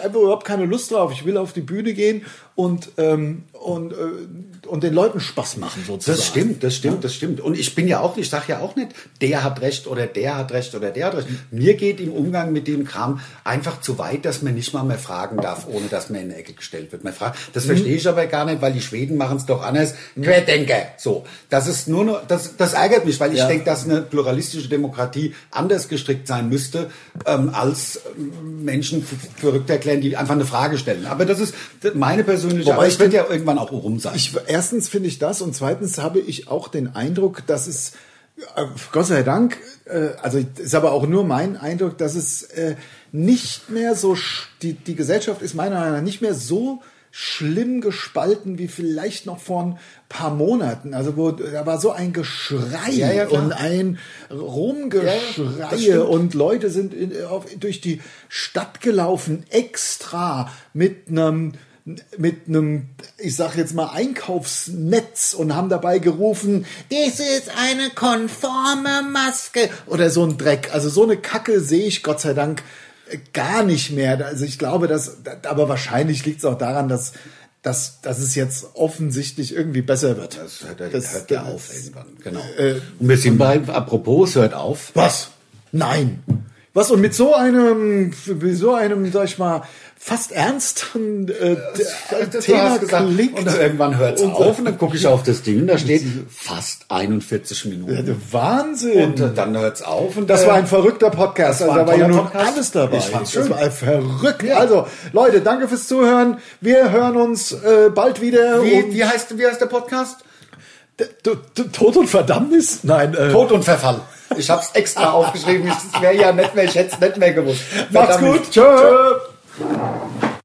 keine Lust drauf. Ich will auf die Bühne gehen und, ähm, und, äh, und den Leuten Spaß machen sozusagen. Das stimmt, das stimmt, das stimmt. Und ich bin ja auch, ich sage ja auch nicht, der hat recht oder der hat recht oder der hat recht. Mir geht im Umgang mit dem Kram einfach zu weit, dass man nicht mal mehr fragen darf, ohne dass man in eine Ecke gestellt wird. Man fragt, das verstehe ich aber gar nicht, weil die Schweden machen es doch anders. Querdenker. So, das ist nur noch, das, das ärgert mich, weil ich Ja. denke, dass eine pluralistische Demokratie anders gestrickt sein müsste, ähm, als Menschen für verrückt erklären, die einfach eine Frage stellen. Aber das ist meine persönliche, Wobei aber ich es wird bin- ja irgendwann auch rum sein. Ich, erstens finde ich das und zweitens habe ich auch den Eindruck, dass es, äh, Gott sei Dank, äh, also ist aber auch nur mein Eindruck, dass es äh, nicht mehr so, sch- die, die Gesellschaft ist meiner Meinung nach nicht mehr so schlimm gespalten wie vielleicht noch vor ein paar Monaten. Also wo da war so ein Geschrei Ja, ja, klar. und ein Ja, das Rumgeschreie stimmt. und Leute sind in, auf, durch die Stadt gelaufen, extra mit einem mit einem, ich sag jetzt mal, Einkaufsnetz und haben dabei gerufen, das ist eine konforme Maske oder so ein Dreck. Also so eine Kacke sehe ich Gott sei Dank äh, gar nicht mehr. Also ich glaube, dass, aber wahrscheinlich liegt es auch daran, dass, dass, dass es jetzt offensichtlich irgendwie besser wird. Das hört, Das- hört ja das- auf irgendwann. Genau. Äh, und wir sind bei, apropos, es hört auf. Was? Nein. Was? Und mit so einem, mit so einem, sag ich mal, fast ernsten äh, Das Thema hast gesagt. klingt. Und dann irgendwann hört es Und- auf und dann gucke ich auf das Ding und da steht fast einundvierzig Minuten. Wahnsinn. Und äh, dann hört es auf. Und Das äh, war ein verrückter Podcast. das war Also ein da war ja toller nun Podcast. alles dabei. Ich fand's Das schön. war verrückt. Also, Leute, danke fürs Zuhören. Wir hören uns äh, bald wieder. Wie, und wie, heißt, wie heißt der Podcast? D- D- Tod und Verdammnis? Nein. Äh, Tod und Verfall. Ich habe es extra aufgeschrieben. Es wäre ja nicht mehr, ich hätte es nicht mehr gewusst. Macht's Verdammt. gut. Tschö.